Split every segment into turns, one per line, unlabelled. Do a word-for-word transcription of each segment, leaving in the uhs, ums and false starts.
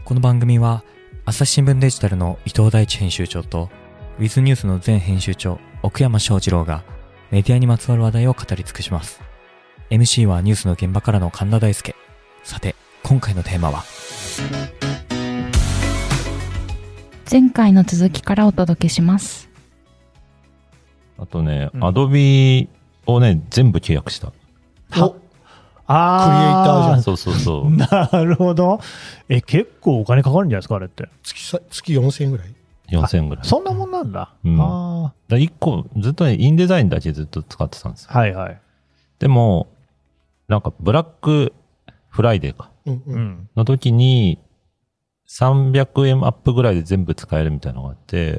この番組は朝日新聞デジタルの伊藤大地編集長とウィズニュースの前編集長奥山翔二郎がメディアにまつわる話題を語り尽くします。 エムシー はニュースの現場からの神田大輔。さて今回のテーマは、
前回の続きからお届けします。
あとね、
うん、
アドビをね全部契約した。
はあー、クリエイターじゃん。
そうそうそう
なるほど。え、結構お金かかるんじゃないですかあれって。
月さ月よんせんえんぐらい。
よんせんえんぐらい。
そんなもんなんだ。
うん、
あ
だいっこずっとねインデザインだけずっと使ってたんですよ。
はいはい。
でもなんかブラックフライデーか、
うんう
うんん。
の時にさんびゃくえんアップぐらいで全部使えるみたいなのがあって、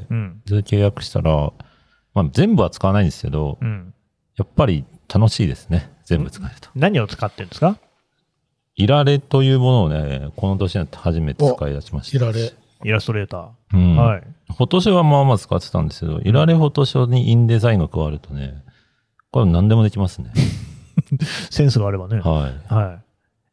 うん。
それ契約したら、まあ、全部は使わないんですけど、
うん。
やっぱり楽しいですね。全部使えると。
何を使ってるんですか？
いられというものをね、この年になって初めて使い出しました。
いられ。
イラストレータ
うん。
ー。はい。
フォトショーはまあまあ使ってたんですけど、いられフォトショーにインデザインが加わるとね、これ何でもできますね。
センスがあればね。
はい。
はい。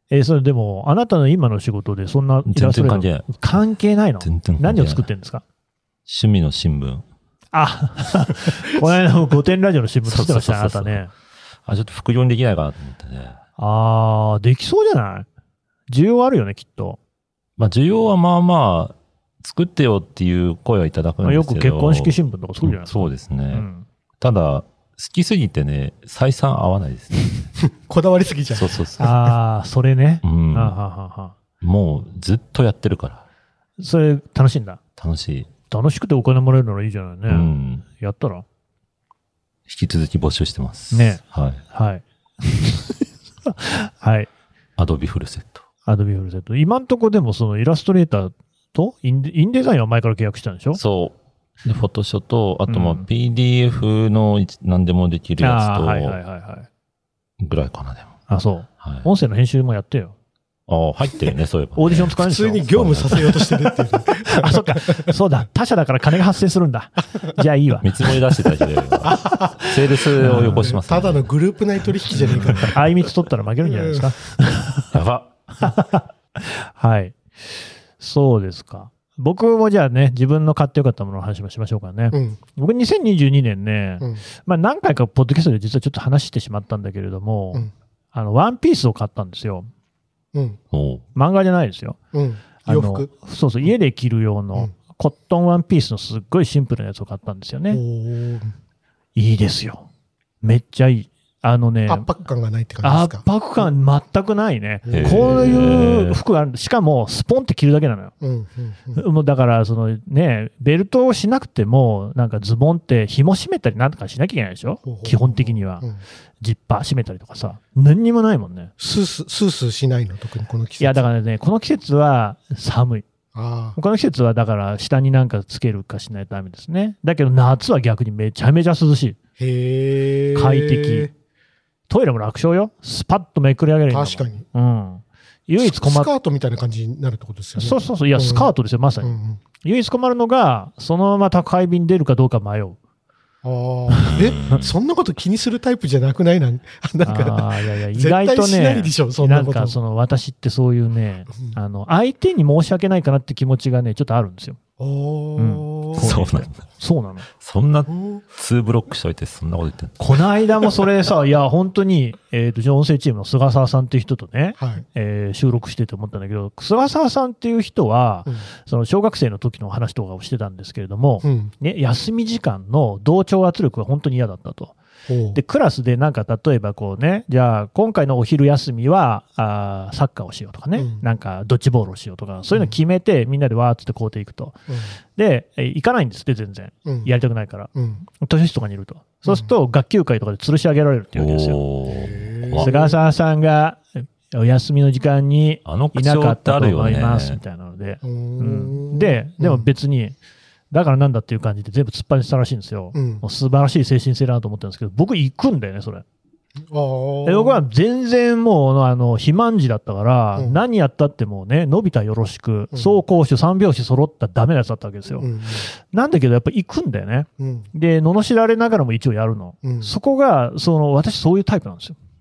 えーそれでも、あなたの今の仕事でそんなイラストレーター
全然関係ない。
関係ないの？
全然関係ない。
何を作ってるんですか？
趣味の新聞。
あ、この間の御殿ラジオの新聞作ってましたね、あなたね。
あ、ちょっと副業にできないかなと思ってね。
あー、できそうじゃない？需要あるよね、きっと。
まあ、需要はまあまあ、作ってよっていう声はいただくんですけど。
よく結婚式新聞とか作るじゃないですか。
そうですね。
うん、
ただ、好きすぎてね、採算合わないですね。
こだわりすぎちゃう。
そうそうそう。
あー、それね。
うん
はあはあはあはあ、
もうずっとやってるから。
それ楽しいんだ。
楽しい。
楽しくてお金もらえるならいいじゃないね。
うん。
やったら
引き続き募集してます。
ね。
はい。
はい。はい。
アドビフルセット。
アドビフルセット。今んとこでもそのイラストレーターとインデ、インデザインは前から契約したんでしょ？
そう。で、フォトショーと、あとまあ
うん
ピーディーエフ のいち何でもできるやつ
あーはいはい
と、
はいはい。
ぐらいかな、でも。
あ、そう。
はい。
音声の編集もやってよ。
ああ、入ってるね、そういえば、ね。
オーディション使えるんでしょ？
普通に業務させようとしてるっていう。
あ、そっか。そうだ。他社だから金が発生するんだ。じゃあいいわ。
見積もり出してただけで、セールスをよこします、ね。
ただのグループ内取引じゃねえか。
あいみつ取ったら負けるんじゃないですか。
やば。
はい。そうですか。僕もじゃあね、自分の買ってよかったものの話もしましょうかね。
うん
僕にせんにじゅうにねんね、
うん
まあ何回かポッドキャストで実はちょっと話してしまったんだけれども、
うん
あの、ワンピースを買ったんですよ。
うん
おう
漫画じゃないですよ。
うん
あの
洋服。
そうそう、家で着る用の
うん
コットンワンピースのすっごいシンプルなやつを買ったんですよ
お
ね。
ー
いいですよ。めっちゃいい。あのね、
圧迫感がないって感じ
圧
ですか。
迫感全くないね。
へー
こういう服がある。しかも、スポンって着るだけなのよ。
うんうんうん
もうだから、そのね、ベルトをしなくても、なんかズボンって紐締めたりなんとかしなきゃいけないでしょ
ほうほうほう
基本的には
う。ん
ジッパー締めたりとかさ。何にもないもんね。
スースースースーしないの特にこの季節。
いや、だからね、この季節は寒い。
ああ
この季節はだから下になんかつけるかしないとダメですね。だけど夏は逆にめちゃめちゃ涼しい。
へえ。
快適。トイレも楽勝よ。スパッとめくり上げるんだもん。
確かに。
うん。唯一困っ
スカートみたいな感じになるってことですよね。
そうそうそう。いや、スカートですよ、まさに。
うんうん
唯一困るのが、そのまま宅配便に出るかどうか迷う。
ああ。え、そんなこと気にするタイプじゃなくないなんなんか、
あーいやいや、意
絶
外と
対しない
ね
でしょ、そんなこと。
なんかその私ってそういうね、
うん
あの、相手に申し訳ないかなって気持ちがね、ちょっとあるんですよ。
お
うん
ー。
そうなんだ。
そうなの。
そんな
うん
ツーブロックしといてそんなこと言ってんの？
この間もそれさ、いや、本当に、えっと、じゃあ音声チームの菅沢さんっていう人とね、
はい。
えー収録してて思ったんだけど、菅沢さんっていう人は、
うん
その小学生の時の話とかをしてたんですけれども、
うん。
ね、休み時間の同調圧力が本当に嫌だったと。
ほう
で、クラスでなんか例えばこうね、じゃあ今回のお昼休みはあーサッカーをしようとかね、
うん
なんかドッジボールをしようとか、そういうの決めてみんなでわーっつって校庭行くと。で、え行かないんですって全然。
うん
やりたくないから。
うん。
図書室とかにいると。そうすると学級会とかで吊るし上げられるっていうわけですよ。
お
へー
ー怖っ
菅沢さんがお休みの時間に
あの
いなか
口調
ったと
ってあるよね。
思いますみたいなので。
う
うん
ん
で、でも別に、だからなんだっていう感じで全部突っ張りしたらしいんですよ。
うん
もう素晴らしい精神性だなと思ってるんですけど、僕行くんだよね、それ。
あー
で僕は全然もう、あの、肥満児だったから、
うん
何やったってもうね、伸びたよろしく、
うん
走攻守三拍子揃ったダメなやつだったわけですよ。
うん
なんだけど、やっぱ行くんだよね。
うん
で、罵られながらも一応やるの。
うん
そこが、その、私そういうタイプなんですよ。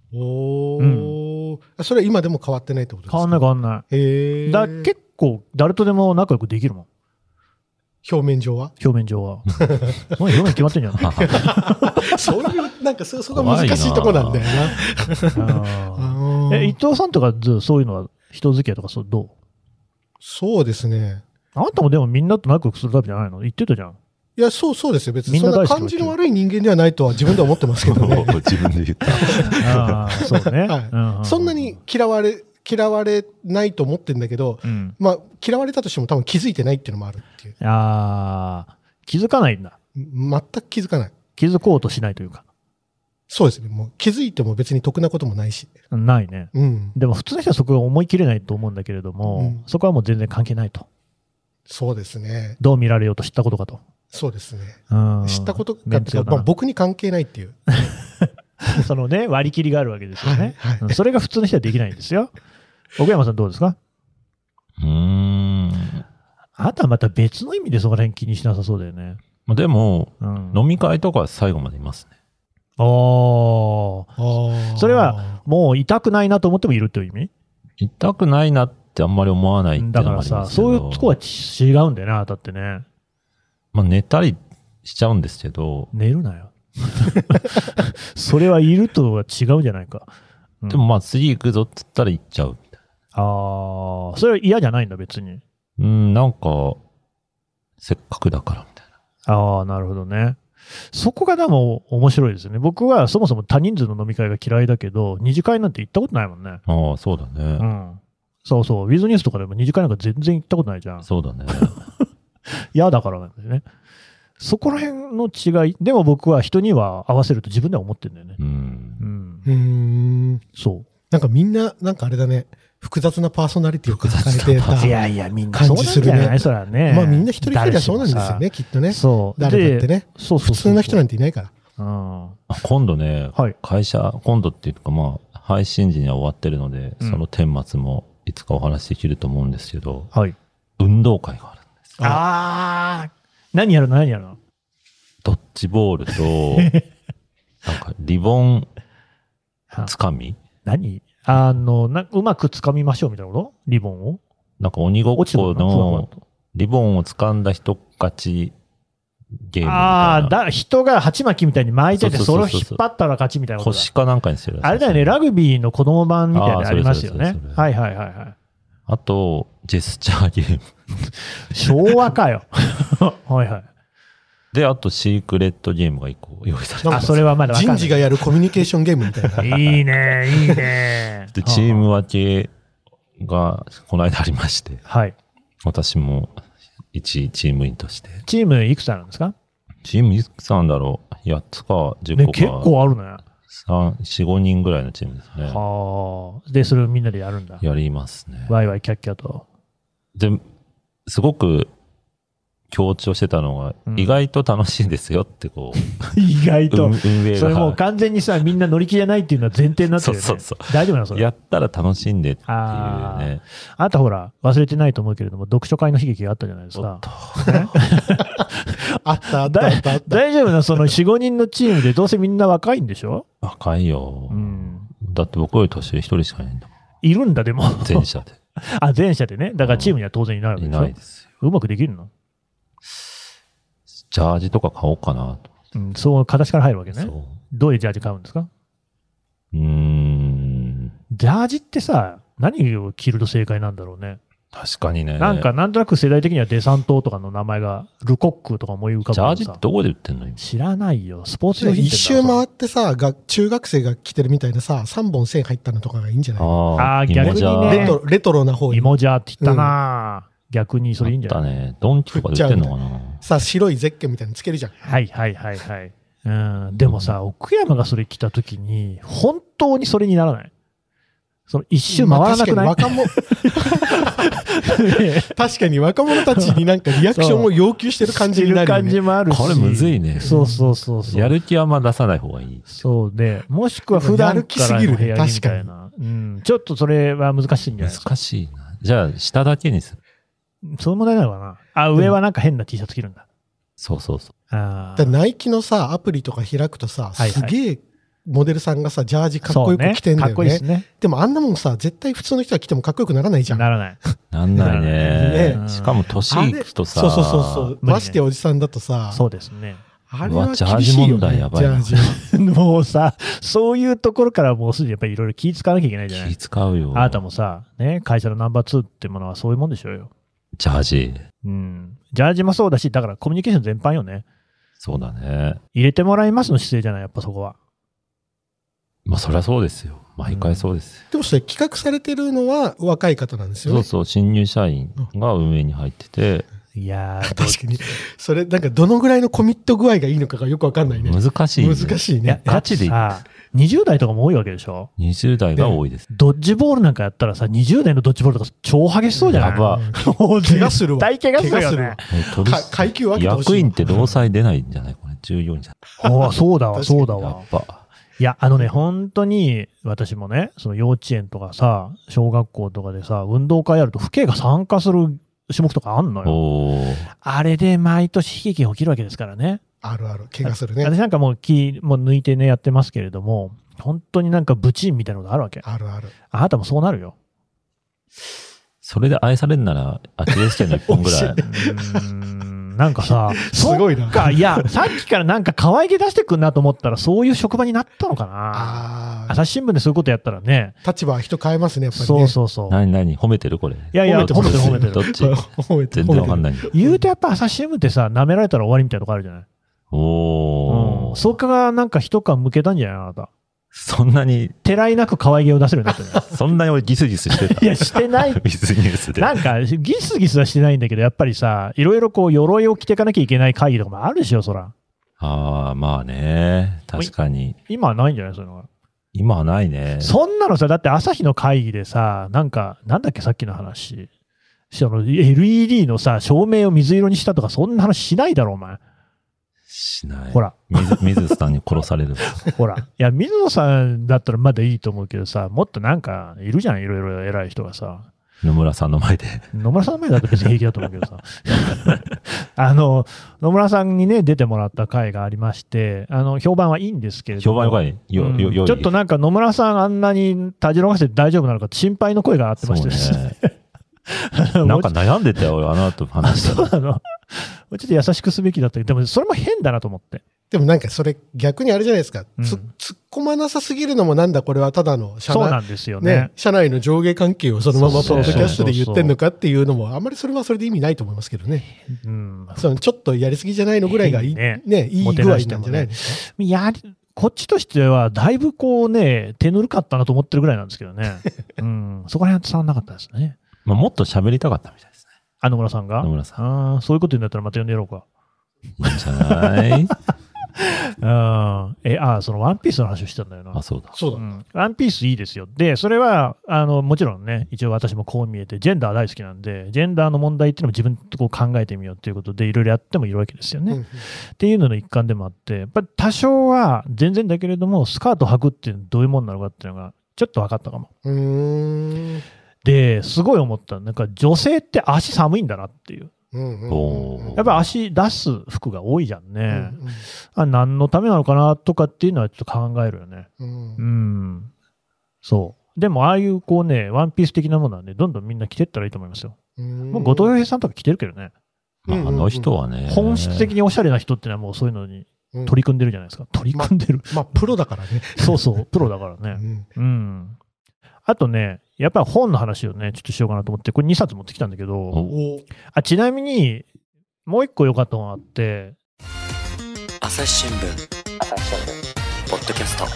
おー、それは今でも変わってないってことですか？
変わんない変わんない。
へー。
だ結構誰とでも仲良くできるもん。
表面上は
表面上は。もう表面決まってんじゃない
そういう、なんかそ、そこが難しいとこなんだよな。
あーえ、伊藤さんとかずそういうのは人付き合いとかそうどう？
そうですね。
あなたもでもみんなと仲良くするタイプじゃないの？言ってたじゃん。
いや、そうそうですよ。別に
みん
そな
なん大好きだっけ
感じの悪い人間ではないとは自分では思ってますけどね。
自分で言った。
ああ、そうね。
はい
うんうん
そんなに嫌われ、嫌われないと思ってるんだけど、
うん。
まあ、嫌われたとしても多分気づいてないっていうのもあるっていう。
ああ、気づかないんだ。
全く気づかない。
気づこうとしないというか。
そうですね。もう気づいても別に得なこともないし。
ないね。
うん。
でも普通の人はそこが思い切れないと思うんだけれども、
うん
そこはもう全然関係ないと。
そうですね。
どう見られようと知ったことかと。
そうですね。
うん
知ったこと
メ
かっていうか、
ンツだな
まあ、僕に関係ないっていう。
そのね、割り切りがあるわけですよね。
はいはい
うんそれが普通の人はできないんですよ。奥山さんどうですか？
うーん。
あなたはまた別の意味でそこら辺気にしなさそうだよね。
まあでも、
うん。
飲み会とかは最後までいますね。
おー。
あー
それは、もう痛くないなと思ってもいるっていう意味？
痛くないなってあんまり思わないっていう
だから
のもありま
さ、
すけど。
そういうとこは違うんだよね、あなたってね。
まあ寝たりしちゃうんですけど、
寝るなよ。それはいるとは違うんじゃないか。うん
でもまあ次行くぞって言ったら行っちゃう。
ああ、それは嫌じゃないんだ、別に。
うん、なんか、せっかくだからみたいな。
ああ、なるほどね。そこがでも面白いですよね。僕はそもそも多人数の飲み会が嫌いだけど、二次会なんて行ったことないもんね。
ああ、そうだね。
うん。そうそう。ウィズニュースとかでも二次会なんか全然行ったことないじゃん。
そうだね。
嫌だからなんですね。そこら辺の違い。でも僕は人には合わせると自分では思ってるんだよね
う。ん。
うん。
うーん。
そう。
なんかみんな、なんかあれだね。複雑なパーソナリティを抱えてた。
いやいや、みんなそうなんじゃない、
感じするね
それはね。
まあみんな一人一人はそうなんですよ
誰
ね、きっとね。
しもさ。そう。
誰だってね。
で。そうそうそう
普通の人なんていないから。
うん。
あ今度ね、
はい
会社、今度っていうかまあ、配信時には終わってるので、
うん
その顛末もいつかお話しできると思うんですけど、
はい。
運動会があるんです。
ああ。何やるの何やるの
ドッジボールと、なんかリボンつかみ
何あのな、うまく掴みましょうみたいなことリボンを
なんか鬼ごっ
落ちてく
こ
るのふわふわ
の
と
リボンを掴んだ人勝ちゲームみたいな。
ああ、だ、人が鉢巻きみたいに巻いてて、
そう
それを
そうそうそう
引っ張ったら勝ちみたいなことだ。
腰かなんかにするやつ
あれだよね、ラグビーの子供版みたいなの
あー
ありますよね
それそれそれ。それ
はいはいはいはい。
あと、ジェスチャーゲーム。
昭和かよ。はいはい。
で、あとシークレットゲームが一個用意されて
なんか
あ、それはまだわかんない。
人事がやるコミュニケーションゲームみたいな。
いいね、いいね。
で、チーム分けがこの間ありまして、
はい。
私も一チーム員として。
チームいくつあるんですか
チームいくつなんだろう ?やっつかじゅっ
ね、
こか。
結構あるね。
さん、よん、ごにんぐらいのチームですね。
はあ。で、それをみんなでやるんだ。
やりますね。
ワイワイキャッキャと。
で、すごく強調してたのが、
うん
意外と楽しいんですよってこう、
意外と
運。運営が。
それもう完全にさ、みんな乗り気じゃないっていうのは前提になってるよね。
そうそうそ
大丈夫なのそれ。
やったら楽しんでっていう
あ
ね。
あなたほら、忘れてないと思うけれども、読書会の悲劇があったじゃないですか。ね
あったあった
だ
あったあった。
大丈夫な、そのよん、ごにんのチームでどうせみんな若いんでしょ
若いよ。
うん。
だって僕より年上一人しかいないんだも
いるんだ、でも。
ん。前者で。
あ、前者でね。だからチームには当然いないわけ
い
でしょ。
ないですよ。
うまくできるの
ジャージとか買おうかなと。
うん、そう、形から入るわけね。
そう。
どういうジャージ買うんですか
うーん。
ジャージってさ、何を着ると正解なんだろうね。
確かにね。
なんか、なんとなく世代的にはデサントとかの名前が、ルコックとか思い浮かぶけどさ
ジャージってどこで売ってんの今。
知らないよ。スポーツ用品
一周回ってさ、が中学生が着てるみたいなさ、さんぼん線入ったのとかがいいんじゃない？
あ
あー逆にね
芋ジャー
レトロレトロな方に。
芋ジャーって言ったな、逆にそれいいんじゃない
あったね。ドンキとかで売ってんのかな。
さ、白いゼッケンみたいにつけるじゃん。
はいはいはいはい。うん、でもさ、奥山がそれ着たときに、本当にそれにならないその一周回らなくない、
まあ確かに若者確かに若者たちになんかリアクションを要求してる感じになるよ
感じ
ね。
もあるし。
これむずいね。
そうそうそうそう。
やる気はあんま出さない方がいい。
そうで、もしくは普段からの部屋
やる気すぎるね
着みたいな。うん。ちょっとそれは難しいんじゃないですか。
難しいな。じゃあ、下だけにする。
そういう問題なのかな。あ、上はなんか変な T シャツ着るんだ。
そうそうそう。
あ
だからナイキのさ、アプリとか開くとさ、
はいはい
すげえモデルさんがさ、ジャージかっこよく着てんだよね。
かっこいいですね。
でもあんなもんさ、絶対普通の人が着てもかっこよくならないじゃん。
ならない。
なんないね。
ね
しかも年いくとさ、
そうそうそうそう。
無理ね
ましておじさんだとさ、
そうですね。
あれは
ジャー
厳しいよね。
ジ問題やばいな。
ジャージ
もうさ、そういうところからもうすでにやっぱりいろいろ気使わなきゃいけないじゃない。
気使うよ。
あなたもさ、ね、会社のナンバーツーってものはそういうもんでしょうよ。
ジャージ。
うん。ジャージもそうだし、だからコミュニケーション全般よね。
そうだね。
入れてもらいますの姿勢じゃない、やっぱそこは。
まあそりゃそうですよ。毎回そうですよ。
でもそれ企画されてるのは若い方なんですよね。
そうそう、新入社員が運営に入ってて、
いやー、
確かに。それ、なんかどのぐらいのコミット具合がいいのかがよくわかんないね。
難しい、ね。
難しい
いや
ね。
ガチで
さ、にじゅう代とかも多いわけでしょ。
にじゅう代が多いです。
ドッジボールなんかやったらさ、にじゅう代のドッジボールとか超激しそうじゃない？
やば。
もう
怪我するわ。
大怪我するよね。
取り
か階級分けてほしいわ。
役員って労災出ないんじゃないこれ。従業員じゃ
ああ、そうだわ、
確かに
そうだわ
やっ。ぱ。
いや、あのね、本当に、私もね、その幼稚園とかさ、小学校とかでさ、運動会やると、父兄が参加する種目とかあんのよ。
おー。
あれで毎年悲劇が起きるわけですからね。
あるある。怪我するね。
私なんかもう気もう抜いてね、やってますけれども、本当になんかブチンみたいなのがあるわけ。
あるある。
あなたもそうなるよ。
それで愛されるなら、アキレス腱の一本ぐらい。
うーん、なんかさ、
すごいな
そっか、いや、さっきからなんか可愛げ出してくんなと思ったら、そういう職場になったのかな。
ああ。
朝日新聞でそういうことやったらね。
立場は人変えますね、やっぱりね。
そうそうそう。
何何褒めてるこれ。
いやいや、褒めてる褒めてる。
どっち
褒めてる
全然わかんない。
言うとやっぱ朝日新聞ってさ、舐められたら終わりみたいなとこあるじゃない。
おー。
うん。そっからなんか一皮向けたんじゃないあなた。
そんなに、
てらいなく可愛げを出せるようになってる。
そんなに俺ギスギスしてた。
いや、してない。
ビズニュースで。
なんか、ギスギスはしてないんだけど、やっぱりさ、いろいろこう、鎧を着ていかなきゃいけない会議とかもあるでしょ、そら。
ああ、まあね。確かに。
今はないんじゃないそういうのが。
今はないね。
そんなのさ、だって朝日の会議でさ、なんか、なんだっけ、さっきの話。その エルイーディー のさ、照明を水色にしたとか、そんな話しないだろ、お前。
しない。
ほら。
水、水さんに殺される。
ほら。いや、水野さんだったらまだいいと思うけどさ、もっとなんか、いるじゃん、いろいろ偉い人がさ。
野村さんの前で。
野村さんの前だと別に平気だと思うけどさ。あの、野村さんにね、出てもらった回がありまして、あの、評判はいいんですけれども。
評判良い。よ、
うん
よ、よい。
ちょっとなんか野村さんあんなにたじろがせて大丈夫なのかって心配の声があってましてですね。
ね、なんか悩んでたよ、俺、あの後話したら。
そうなの。ちょっと優しくすべきだったけど、でもそれも変だなと思って。
でもなんかそれ逆にあれじゃないですか。
うん
つ突っ込まなさすぎるのもなんだこれはただの社内
そうなんですよね。
ね、社内の上下関係をそのままポ
そうそう
ッドキャストで言ってんのかっていうのも、あんまりそれはそれで意味ないと思いますけどね。
うん。
そのちょっとやりすぎじゃないのぐらいがいい、
ね
ね、いい具合なんじゃないですか。
やり、こっちとしては、だいぶこうね、手ぬるかったなと思ってるぐらいなんですけどね。うん。そこら辺は伝わんなかったですね。
まあ、もっと喋りたかったみたいです
あ、野村さんが
野村さん
ああ、そういうこと言うんだったらまた呼んでやろうか。
ね。いいんじゃない
うん。え、あ、そのワンピースの話をしてたんだよな。
あ、そうだ。
そうだ。
うん、ワンピースいいですよ。で、それは、あの、もちろんね、一応私もこう見えて、ジェンダー大好きなんで、ジェンダーの問題っていうのも自分とこう考えてみようということで、いろいろやってもいるわけですよね。
うん
っていうのの一環でもあって、やっぱり多少は全然だけれども、スカート履くっていうのはどういうもんなのかっていうのが、ちょっと分かったかも。
うーん。
で、すごい思った。なんか女性って足寒いんだなっていう。
うんうん
おー
やっぱ足出す服が多いじゃんね。
うんうん
あ、何のためなのかなとかっていうのはちょっと考えるよね。
うん
うん。そう。でも、ああいうこうね、ワンピース的なものはね、どんどんみんな着てったらいいと思いますよ。
うん
もう後藤洋平さんとか着てるけどね。
まあ、あの人はね。
本質的におしゃれな人ってのはもうそういうのに
うん
取り組んでるじゃないですか。取り組んでる。
まあ、プロだからね。
そうそう、プロだから
う
ね。
ん
うん。あとね、やっぱり本の話をね、ちょっとしようかなと思って、これにさつ持ってきたんだけど、
お
お
あ、ちなみに、もう一個良かったのがあって、
朝日新聞朝日新聞ポッドキャス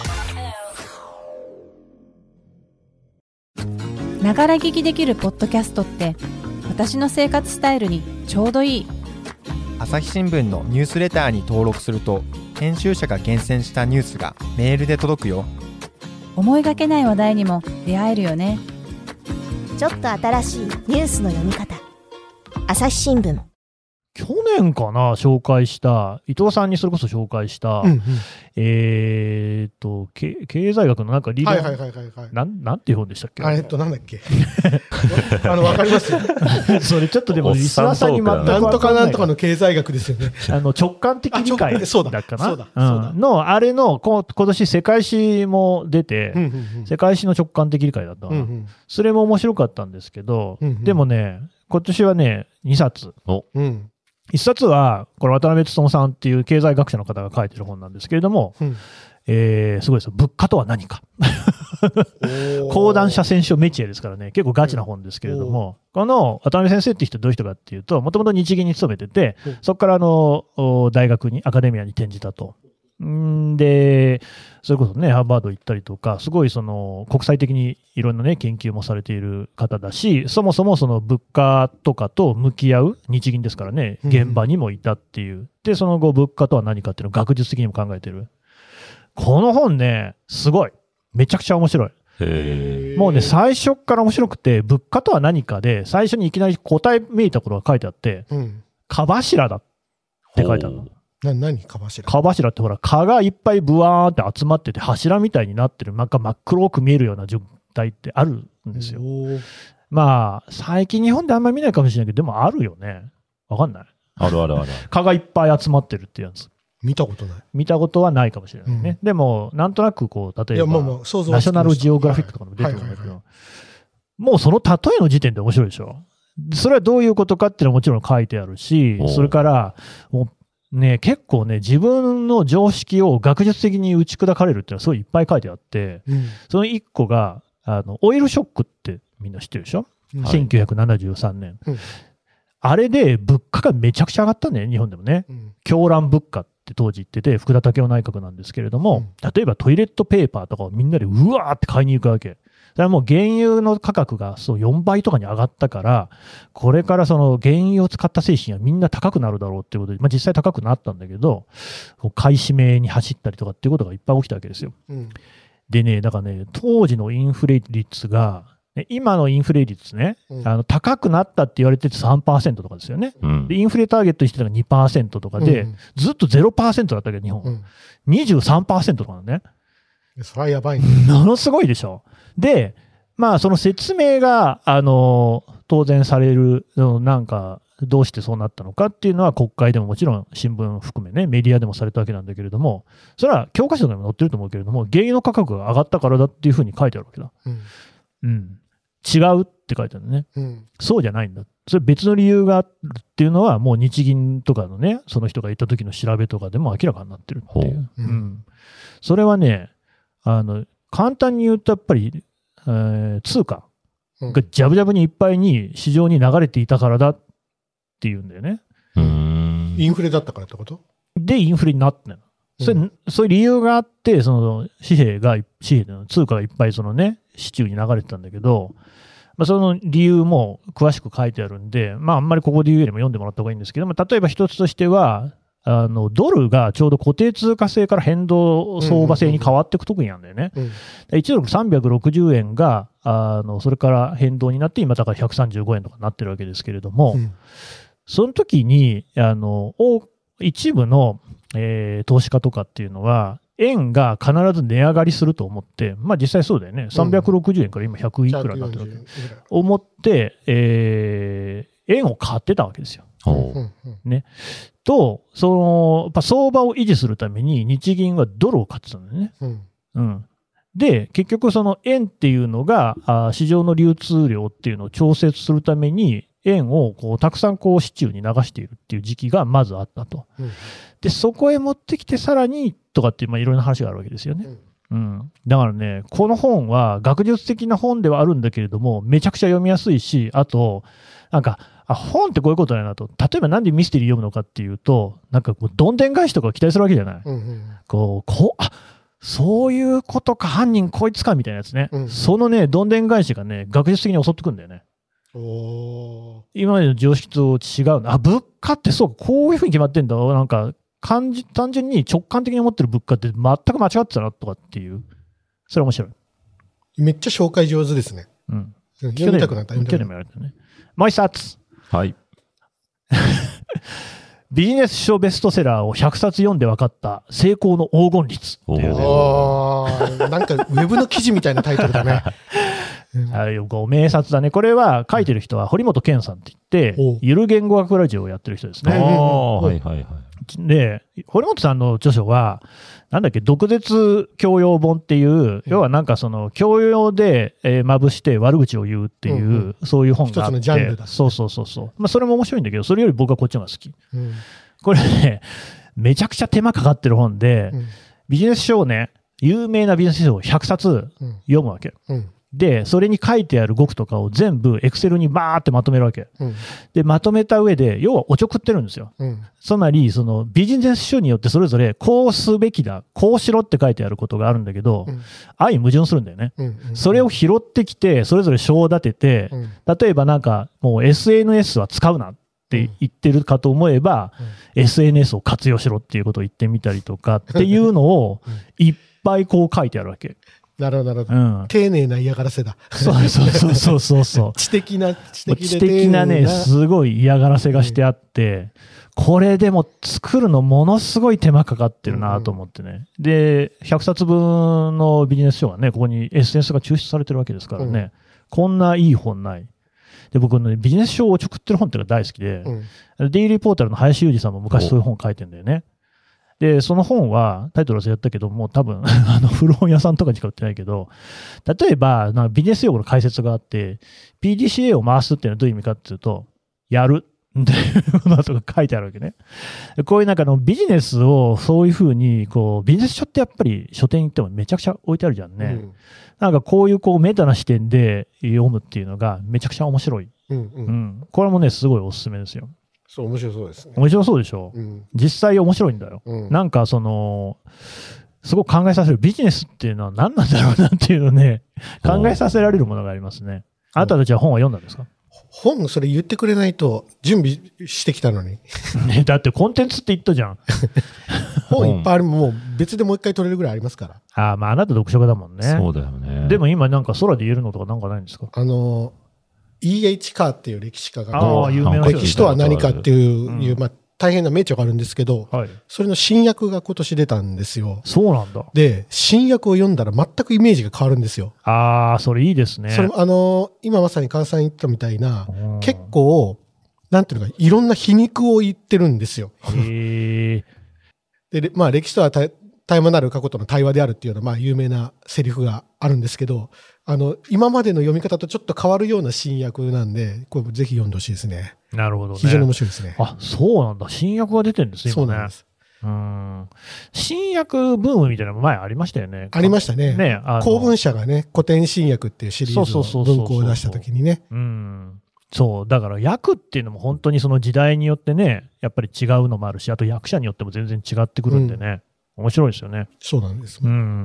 ト
ながら聞きできるポッドキャストって私の生活スタイルにちょうどいい。
朝日新聞のニュースレターに登録すると編集者が厳選したニュースがメールで届くよ。
思いがけない話題にも出会えるよね。
ちょっと新しいニュースの読み方。朝日新聞。
去年かな、紹介した、伊藤さんにそれこそ紹介した、
うんうん、
えーっと、経済学のなんか理論、
はいはいはいはい、はい。
なん、なんていう本でしたっけ？
あえっと、なんだっけ。あの、わかりますよ。
それちょっとでも、リスナーさんに全く分かんない。
なんとかなんとかの経済学ですよね。
あの、直感的理解だ
そうだ
かな。
そうだそうだ
うん、の、あれの、こ今年世界史も出て、
うんうんうん、
世界史の直感的理解だったかな、
うんうん、
それも面白かったんですけど、
うんうん、
でもね、今年はね、にさつ。
うん、
いっさつは、これ渡辺努さんっていう経済学者の方が書いてる本なんですけれども、うんえー、すごいですよ。物価とは何か。講談社選書メチエですからね、結構ガチな本ですけれども、この渡辺先生って人はどういう人かっていうと、もともと日銀に勤めてて、そこからあの大学に、アカデミアに転じたと。んで、それこそね、ハーバード行ったりとか、すごいその国際的にいろんなね、研究もされている方だし、そもそもその物価とかと向き合う日銀ですからね、現場にもいたっていう。で、その後、物価とは何かっていうのを学術的にも考えてる。この本ね、すごい。めちゃくちゃ面白い。
へ
もうね、最初から面白くて、物価とは何かで、最初にいきなり答えめいたことが書いてあって、うん、蚊柱だって書いてあるの。
な、何蚊柱？
蚊柱ってほら、蚊がいっぱいブワーって集まってて、柱みたいになってる、なんか真っ黒く見えるような状態ってあるんですよ。まあ、最近日本であんまり見ないかもしれないけど、でもあるよね。わかんない？
あるあるある。
蚊がいっぱい集まってるってやつ。
見たことない。
見たことはないかもしれないね。うん、でも、なんとなくこう、例えば、まあまあナショナルジオグラフィックとかも出てくるんだけど、もうその例えの時点で面白いでしょ。それはどういうことかっていうのはもちろん書いてあるし、それから、もうね、結構ね、自分の常識を学術的に打ち砕かれるっていうのはすごいいっぱい書いてあって、うん、その一個が、あの、オイルショックってみんな知ってるでしょ、うん、せんきゅうひゃくななじゅうさんねん。うん、あれで物価がめちゃくちゃ上がったんだよね、日本でもね。うん、狂乱物価って当時言ってて、福田赳夫内閣なんですけれども、うん、例えばトイレットペーパーとかをみんなでうわーって買いに行くわけ。それはもう原油の価格がそうよんばいとかに上がったから、これからその原油を使った製品はみんな高くなるだろうっていうことで、まあ、実際高くなったんだけど、買い占めに走ったりとかっていうことがいっぱい起きたわけですよ。うん、でね、だからね、当時のインフレ率が、今のインフレ率ね、うん、あの高くなったって言われてて さんパーセント とかですよね、うん、でインフレターゲットにしてたのが にパーセント とかで、うん、ずっと ゼロパーセント だったけど日本、うん、にじゅうさんパーセント とかなんね。
それはやばいね。
ものすごいでしょ。で、まあその説明があの当然される、なんかどうしてそうなったのかっていうのは国会でももちろん新聞含めね、メディアでもされたわけなんだけれども、それは教科書でも載ってると思うけれども、原油の価格が上がったからだっていうふうに書いてあるわけだ。うんうん、違うって書いてあるね、うん、そうじゃないんだ。それ別の理由があるっていうのは、もう日銀とかのね、その人が言った時の調べとかでも明らかになってるっていう。うんうん、それはね、あの、簡単に言うとやっぱり、えー、通貨がジャブジャブにいっぱいに市場に流れていたからだっていうんだよね。
うーん、インフレだったからってこと？
で、インフレになってんの。それ、うん、そういう理由があって、その紙幣が、紙幣の通貨がいっぱいそのね、市中に流れてたんだけど、まあ、その理由も詳しく書いてあるんで、まあ、あんまりここで言うよりも読んでもらった方がいいんですけども、例えば一つとしては、あのドルがちょうど固定通貨制から変動相場制に変わっていくときなんだよね。いちドルさんびゃくろくじゅうえんが、あのそれから変動になって、今だからひゃくさんじゅうごえんとかになってるわけですけれども、うん、その時にあの一部の、えー、投資家とかっていうのは、円が必ず値上がりすると思って、まあ実際そうだよね、さんびゃくろくじゅうえんから今ひゃくいくらになってるわけ、思って、えー、円を買ってたわけですよ。ね、と、そのやっぱ相場を維持するために、日銀はドルを買ってたんだよね。うんうん、で、結局、その円っていうのが、あ市場の流通量っていうのを調節するために、円をこうたくさんこう市中に流しているっていう時期がまずあったと。うん、で、そこへ持ってきて、さらにとかっていう、まあ、いろんな話があるわけですよね。うんうん、だからね、この本は学術的な本ではあるんだけれども、めちゃくちゃ読みやすいし、あと、なんか、あ、本ってこういうことだなと。例えばなんでミステリー読むのかっていうと、なんかこうどんでん返しとかを期待するわけじゃない。うんうん、こう、こう、あ、そういうことか、犯人こいつかみたいなやつね。うんうん、そのね、どんでん返しがね、学術的に襲ってくるんだよね。お今までの常識と違う。あ、物価ってそうか、こういうふうに決まってんだ。なんか、感じ、単純に直感的に思ってる物価って全く間違ってたなとかっていう。それ面白い。
めっちゃ紹介上手ですね。うん。読みたくなった。
去年もやられたね。もう一冊。
はい。
ビジネス書ベストセラーをひゃくさつ読んで分かった成功の黄金律っていうね。
あーなんかウェブの記事みたいなタイトルだね。
あご名冊だね。これは書いてる人は堀本健さんって言って、ゆる言語学ラジオをやってる人です
あ
ね。
あ、はいはいはい。
で、堀本さんの著書は、なんだっけ、毒舌教養本っていう、要はなんかその、教養で、えー、まぶして悪口を言うっていう、
うんうん、
そういう本があって。
一つのジャンルだ、ね。
そうそうそうそう。まあ、それも面白いんだけど、それより僕はこっちの方が好き。
うん、
これね、めちゃくちゃ手間かかってる本で、うん、ビジネス書をね、有名なビジネス書をひゃくさつ読むわけ。うんうんで、それに書いてある語句とかを全部エクセルにバーってまとめるわけ。うん、で、まとめた上で、要はおちょくってるんですよ。うん、つまり、そのビジネス書によってそれぞれこうすべきだ、こうしろって書いてあることがあるんだけど、うん、相矛盾するんだよね、うんうんうん。それを拾ってきて、それぞれ章を立てて、うん、例えばなんか、もう エスエヌエス は使うなって言ってるかと思えば、うん、エスエヌエス を活用しろっていうことを言ってみたりとかっていうのをいっぱいこう書いてあるわけ。
なるほど、なるほど、うん。丁寧な嫌がらせだ。
そうそうそうそうそう。
知的な、知的で
知的なね、すごい嫌がらせがしてあって、うん、これでも作るのものすごい手間かかってるなと思ってね。うんうん、で、ひゃくさつぶんのビジネス書はね、ここにエッセンスが抽出されてるわけですからね、うん、こんないい本ない。で、僕ね、ビジネス書をちょくってる本っていうのが大好きで、うん、デイリーポータルの林裕二さんも昔そういう本書いてるんだよね。で、その本は、タイトル忘れたけど、もう多分、あの、古本屋さんとかにしか売ってないけど、例えば、なんかビジネス用語の解説があって、ピーディーシーエー を回すっていうのはどういう意味かっていうと、やるっていうこととか書いてあるわけね。こういうなんかのビジネスをそういうふうに、こう、ビジネス書ってやっぱり書店に行ってもめちゃくちゃ置いてあるじゃんね。うん、なんかこういうこうメタな視点で読むっていうのがめちゃくちゃ面白い。うんうんうん、これもね、すごいおすすめですよ。
そう、面白そうですね。
面白そうでしょ、うん、実際面白いんだよ、うん、なんかそのすごく考えさせるビジネスっていうのは何なんだろうなっていうのをね考えさせられるものがありますね。あなたたちは本は読んだんですか？
本それ言ってくれないと準備してきたのに、
ね、だってコンテンツって言ったじゃん
本いっぱいあるもう別でもう一回取れるぐらいありますから。
ああ、まああなた読書家だもんね。
そうだよね。
でも今なんか空で言えるのとかなんかないんですか？
あのイーエイチ カーっていう歴史家が、
あ有名な人
歴史とは何かっていう、うんいうまあ、大変な名著があるんですけど、はい、それの新訳が今年出たんですよ。
そうなんだ。
で、新訳を読んだら全くイメージが変わるんですよ。
ああ、それいいですね。
それあの今まさに川さん言ったみたいな、結構、なんていうのか、いろんな皮肉を言ってるんですよ。へで、まあ歴史とは絶え間なる過去との対話であるっていうような、まあ有名なセリフがあるんですけど、あの今までの読み方とちょっと変わるような新訳なんで、これぜひ読んでほしいですね。
なるほどね。
非常に面白いですね。
あ、そうなんだ。新訳が出てるんですね。
そうなんです。
うん。新訳ブームみたいなのも前ありましたよね。
ありましたね。
ね、
公文社がね、古典新訳っていうシリーズの文庫を出したときにね。
うん。そう。だから訳っていうのも本当にその時代によってね、やっぱり違うのもあるし、あと役者によっても全然違ってくるんでね。うん、面白いですよね。
そうなんです。うん。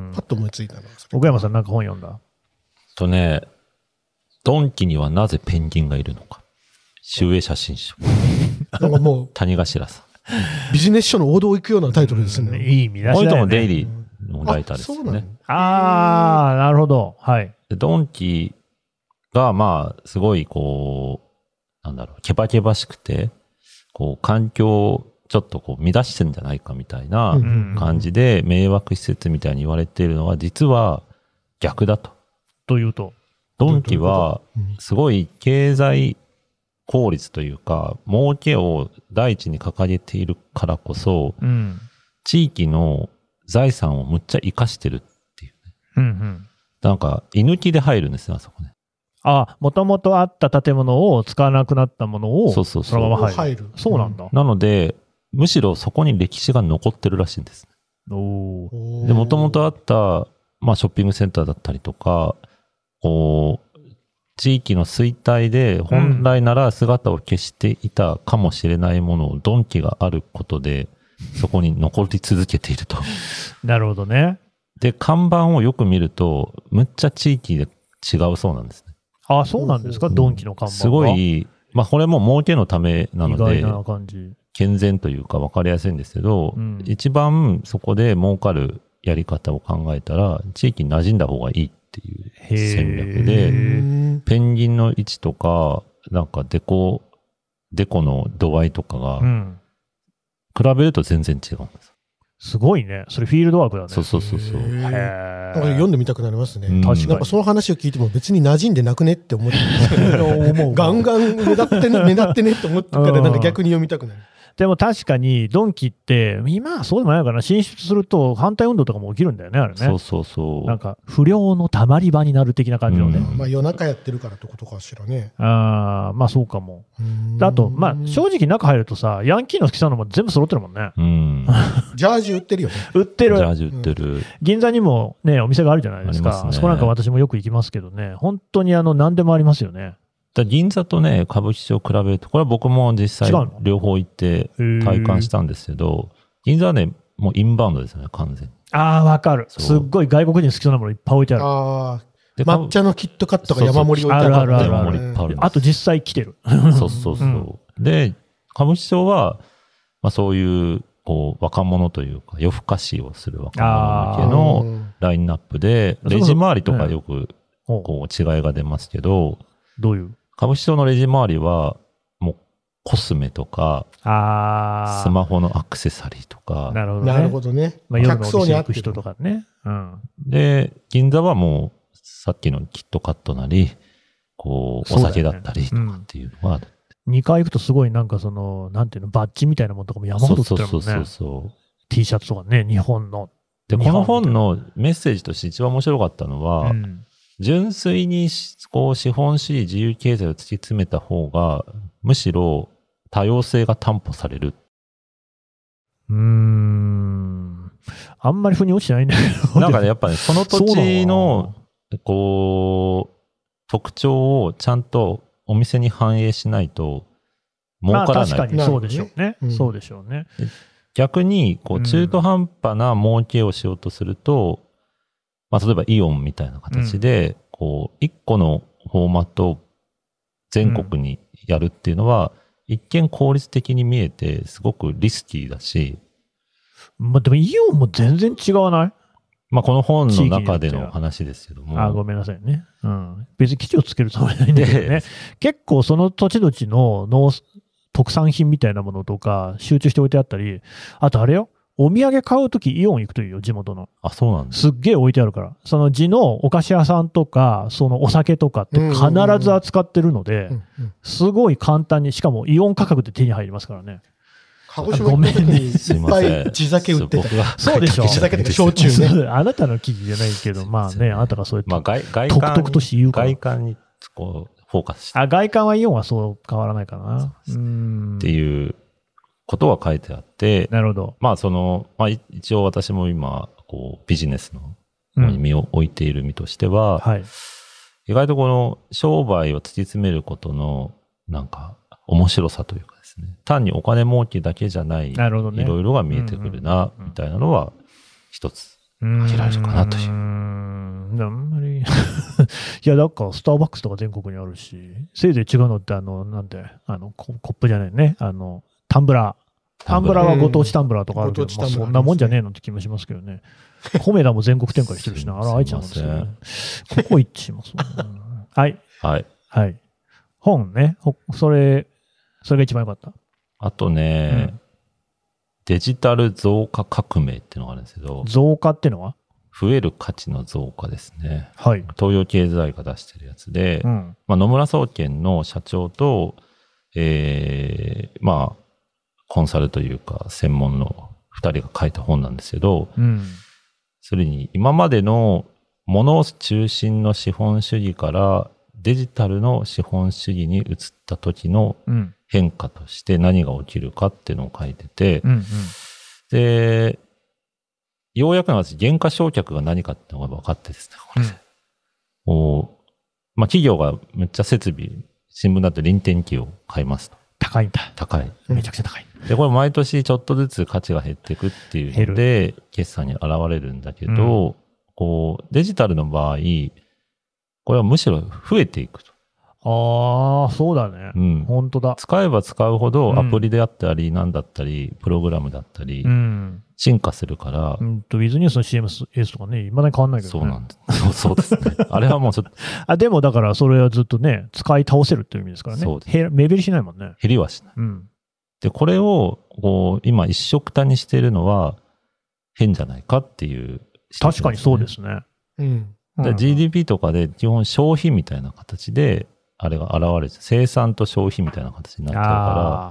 パッと思いついたの。
奥山さんなんか本読んだ？
とね、ドンキにはなぜペンギンがいるのか。集英写真集。
なんかもう、
谷頭さん。
ビジネス書の王道を行くようなタイトルですね。
いい見出しだよね。
こういうのもデイリーのライターですよね。
ああ、なるほど。はい。
ドンキが、まあ、すごい、こう、なんだろう、ケバケバしくて、こう、環境をちょっとこう、乱してんじゃないかみたいな感じで、迷惑施設みたいに言われているのは、実は逆だと。
というと。
ドンキは、すごい経済効率というか、儲けを第一に掲げているからこそ、うん、地域の財産をむっちゃ生かしてるっていうね。うんうん、なんか、居抜きで入るんですね、あそこね。
あ、もともとあった建物を使わなくなったものを、
そうそうそう。
そのまま入る。そうなんだ。
なので、むしろそこに歴史が残ってるらしいんです。おで、もともとあった、まあ、ショッピングセンターだったりとか、こう、地域の衰退で本来なら姿を消していたかもしれないものをドンキがあることで、そこに残り続けていると。
なるほどね。
で、看板をよく見ると、むっちゃ地域で違うそうなんですね。
ああ、そうなんですか、ドンキの看板は。
すごい、まあこれも儲けのためなので、
意外な感じ。
健全というか分かりやすいんですけど、うん、一番そこで儲かるやり方を考えたら、地域に馴染んだ方がいいっていう戦略で、ペンギンの位置とか、なんかデコ、デコの度合いとかが、うん、 比べると全然違うんです。
すごいね。それフィールドワークだね。
そうそうそうそう。へ
なんか読んでみたくなりますね。
うん、
確かに。
なんかその話を聞いても別に馴染んでなくねって思って思うガンガン目立ってね、目立ってねって思ってからなんか逆に読みたくなる。
でも確かにドンキって今はそうでもないかな、進出すると反対運動とかも起きるんだよね、あれね。
そうそうそう。
なんか不良のたまり場になる的な感じのね。
うん、まあ夜中やってるからってことかしらね。
ああ、まあそうかも。あと、まあ正直中入るとさ、ヤンキーの好きなのも全部揃ってるもんね。
うん。
ジャージ売ってるよね。
売ってる。
ジャージ売ってる。うん、
銀座にもね、お店があるじゃないですか。ありますね。そこなんか私もよく行きますけどね、本当にあの何でもありますよね。
だ銀座とね、歌舞伎町を比べると、これは僕も実際両方行って体感したんですけど、銀座はね、もうインバウンドですよね、完全に。
ああ、わかる。すっごい外国人好きそうなものいっぱい置いてある。
ああ。抹茶のキットカットが山盛り置いてある。
あるある
山盛りいっぱいある。
あと実際来てる。
そうそうそう。うん、で、歌舞伎町は、まあそういう、こう、若者というか、夜更かしをする若者向けのラインナップで、レジ周りとかよく、こう、違いが出ますけど、
どういう
歌舞伎町のレジ周りは、もうコスメとか、
あ
スマホのアクセサリーとか。
なるほどね。
なるほどね。
まあ、夜のお店行く人とかね。うん。
で、銀座はもう、さっきのキットカットなり、こう、お酒だったりとかっていうのが、ね、
うん、にかい行くとすごいなんかその、なんていうの、バッジみたいなものとかも山ほど売ってるもんね。そうそうそうそう。T シャツとかね、日本の。
で、この本のメッセージとして一番面白かったのは、うん、純粋にこう資本主義自由経済を突き詰めた方が、むしろ多様性が担保される。
うーん。あんまり腑に落ちてないんだけど。
なんかね、やっぱね、その土地の、こう、特徴をちゃんとお店に反映しないと儲からない。
まあ確かにそうでしょうね。うん、そうでしょうね。
逆に、こう、中途半端な儲けをしようとすると、うん、まあ、例えばイオンみたいな形で、うん、こう、一個のフォーマットを全国にやるっていうのは、うん、一見効率的に見えて、すごくリスキーだし。
まあ、でもイオンも全然違わない？
まあ、この本の中での話ですけども。
あ、ごめんなさいね。うん。別に基地をつけるつもりないんだけどね。結構その土地土地の農特産品みたいなものとか集中しておいてあったり、あとあれよ。お土産買うときイオン行くといいよ、地元の。
あ、そうなんです。
すっげえ置いてあるから。その地のお菓子屋さんとか、そのお酒とかって必ず扱ってるので、すごい簡単に、しかもイオン価格で手に入りますからね。
鹿児島行った時にいっぱい地酒売ってた。
そうでしょ。
地酒とか焼酎ね。
あなたの記事じゃないけど、まあね、あなたがそうやって、
まあ、外外
観独特として言うから。
外観にこうフォーカスして。
あ、外観はイオンはそう変わらないかな。
うーんっていうことが書いてあって、
なるほど。
まあその、まあ一応私も今、こうビジネスの方に身を置いている身としては、うんはい、意外とこの商売を突き詰めることのなんか面白さというかですね、単にお金儲けだけじゃない、いろいろが見えてくるな、みたいなのは一つ挙げられるかなという。うーん、
あんまりいや、だからスターバックスとか全国にあるし、せいぜい違うのってあの、なんで、あの、コップじゃないね、あの、タンブラー。タンブラーはご当地タンブラーとかあるけど、まあ、そんなもんじゃねえのって気もしますけどね。コメダも全国展開してるしな。あら、愛ちゃんなんですよね。ここ一致します、ね。はい。
はい。
はい。本ね。それ、それが一番良かった。
あとね、うん、デジタル増加革命っていうのがあるんですけど。
増加っていうのは？
増える価値の増加ですね。
はい。
東洋経済が出してるやつで、うん、まあ、野村総研の社長と、えー、まあ、コンサルというか専門の二人が書いた本なんですけど、うん、それに今までのもの中心の資本主義からデジタルの資本主義に移った時の変化として何が起きるかっていうのを書いてて、うんうん、で、ようやくなんです減価償却が何かっていうのが分かってですね、これで、うん、まあ、企業がめっちゃ設備、新聞だと臨転機を買いますと。
高いんだ。
高い。
めちゃくちゃ高い。
で、これ毎年ちょっとずつ価値が減っていくっていうので、決算に現れるんだけど、うん、こう、デジタルの場合、これはむしろ増えていくと。
ああ、そうだね。うん。本当だ。
使えば使うほどアプリであったり、何だったり、プログラムだったり、うん、進化するから。
うんと、ウィズニュースの シーエムエス とかね、未だに変わんないけどね。
そうなんです。そうそうですね。あれはもうちょっと。
あ、でもだからそれはずっとね、使い倒せるっていう意味ですからね。そうです。目減りしないもんね。
減りはしない。うん。 で、これをこう今一緒くたにしているのは変じゃないかっていう、ね。
確かにそうですね。
うん。
で ジーディーピー とかで基本消費みたいな形であれが現れて、生産と消費みたいな形になっちゃうから、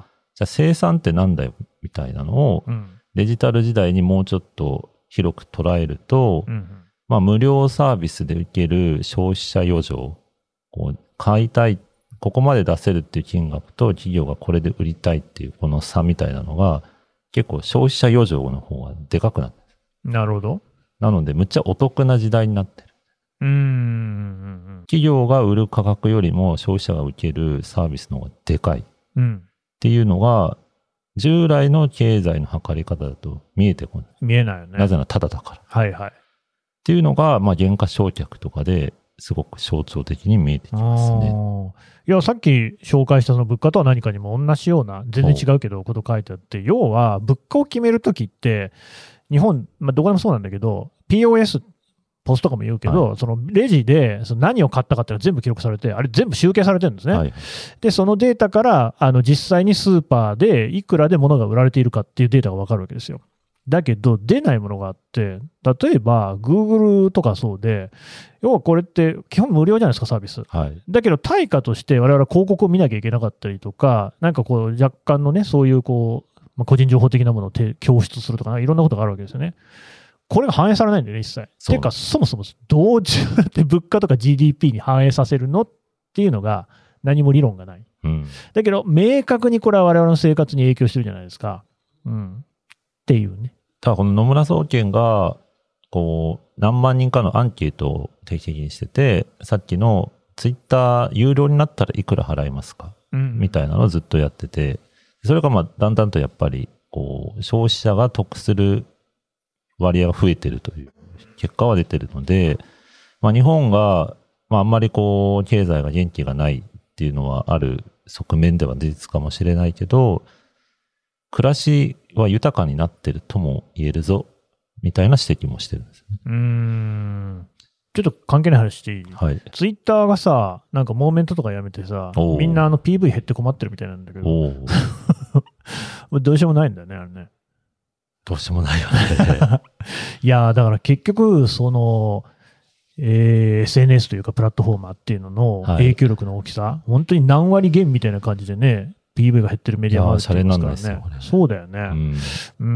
じゃあ生産ってなんだよみたいなのをデジタル時代にもうちょっと広く捉えると、うんうん、まあ無料サービスで受ける消費者余剰、こう買いたい、ここまで出せるっていう金額と企業がこれで売りたいっていうこの差みたいなのが結構消費者余剰の方がでかくなってる。
なるほど。
なのでむっちゃお得な時代になってる。
うーん、
企業が売る価格よりも消費者が受けるサービスの方がでかいっていうのが従来の経済の測り方だと見えてこない。
見えないよね。
なぜならタダだから。
はいはい。
っていうのが、まあ、減価償却とかですごく象徴的に見えてきますね。
いや、さっき紹介したその物価とは何かにも同じような、全然違うけどこと書いてあって、要は物価を決めるときって、日本、まあ、どこでもそうなんだけど、ピーオーエス、ポストとかも言うけど、はい、そのレジでその何を買ったかっていうのは全部記録されて、あれ全部集計されてるんですね。はい、で、そのデータからあの実際にスーパーでいくらで物が売られているかっていうデータが分かるわけですよ。だけど、出ないものがあって、例えば Google とかそうで、要はこれって基本無料じゃないですか、サービス。はい、だけど、対価として我々は広告を見なきゃいけなかったりとか、なんかこう、若干のね、そういうこう、まあ、個人情報的なものを供出するとか、いろんなことがあるわけですよね。これが反映されないんだよね、一切。ていうか、そもそもどうやって物価とか ジーディーピー に反映させるのっていうのが何も理論がない。うん、だけど、明確にこれは我々の生活に影響してるじゃないですか。うん、っていうね。
ただ、この野村総研が、こう、何万人かのアンケートを定期的にしてて、さっきのツイッター有料になったらいくら払いますか、うん、みたいなのをずっとやってて、それがまあ、だんだんとやっぱり、こう、消費者が得する割合が増えてるという結果は出てるので、まあ、日本が、まあ、あんまりこう経済が元気がないっていうのはある側面では事実かもしれないけど、暮らしは豊かになってるとも言えるぞみたいな指摘もしてるんですね。
うーん、ちょっと関係ない話していい？はい。ツイッターがさ、なんかモーメントとかやめてさ、みんなあの ピーブイ 減って困ってるみたいなんだけど、どうしようもないんだよね、あれね。
どうしようもないよね。
いや、だから結局、その、えー、エスエヌエス というかプラットフォーマーっていうのの影響力の大きさ、はい、本当に何割減みたいな感じでね、ピーブイ が減ってるメディアもあるって言いますからね。そうだよね、うん。うん。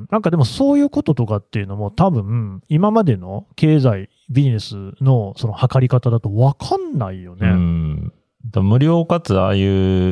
なんかでもそういうこととかっていうのも多分、今までの経済、ビジネスのその測り方だと分かんないよね。うん。
だ無料かつああいう、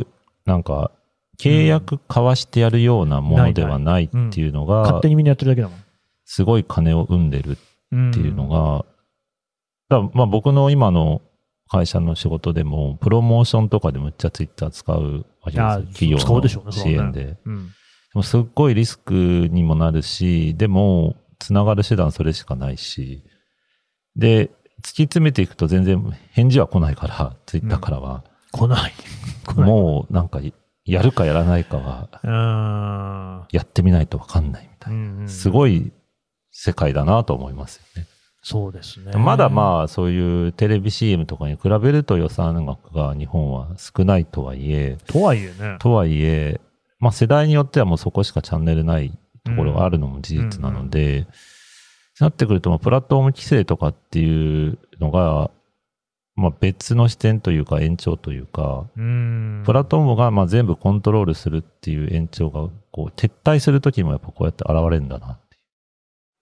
なんか、契約交わしてやるようなものではないっていうのが、うん、
勝手にみんなやってるだけだもん。
すごい金を生んでるっていうのが、だまあ僕の今の会社の仕事でも、プロモーションとかでむっちゃツイッター使うわけですよ。企業の支援で。でもすっごいリスクにもなるし、でも、つながる手段それしかないし、で、突き詰めていくと全然返事は来ないから、ツイッターからは。
うん、来ない。
来ない。もうなんか、やるかやらないかは、やってみないと分かんないみたいな。すごい世界だなと思いますよね。
そうですね。
まだまあ、そういうテレビ シーエム とかに比べると予算額が日本は少ないとはいえ、
とはいえね。
とはいえ、まあ世代によってはもうそこしかチャンネルないところがあるのも事実なので、うんなってくると、プラットフォーム規制とかっていうのが、まあ、別の視点というか延長というか、うーんプラットフォームがまあ全部コントロールするっていう延長がこう撤退するときもやっぱこうやって現れるんだなっていう。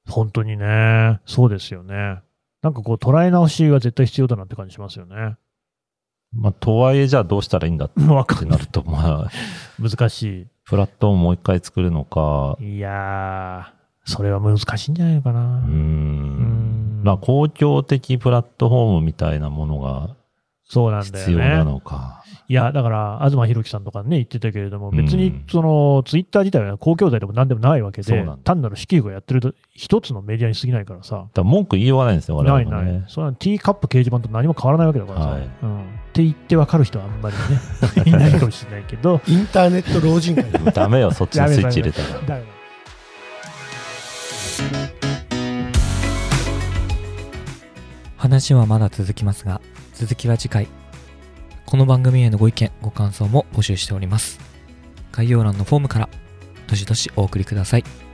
本当にね、そうですよね。なんかこう捉え直しが絶対必要だなって感じしますよね。
まあ、とはいえじゃあどうしたらいいんだってなると、まあ、
難しい。
プラットフォームもう一回作るのか。
いやー、それは難しいんじゃないのかな。うーん。
うんまあ、公共的プラットフォームみたいなものが必要なのか。
いや、だから、東博樹さんとかね、言ってたけれども、別に、その、ツイッター自体は公共財でも何でもないわけで、単なる私企業がやってると、一つのメディアに過ぎないからさ。だ
から文句言いようがないんですよ、我々もね。
ないない。それはティーカップ掲示板と何も変わらないわけだからさ。はい、うん。って言って分かる人はあんまりね、いないかもしれないけど。
インターネット老人会
ダメよ、そっちのスイッチ入れたら。ダメ
話はまだ続きますが、続きは次回。この番組へのご意見、ご感想も募集しております。 概要欄のフォームからどしどしお送りください。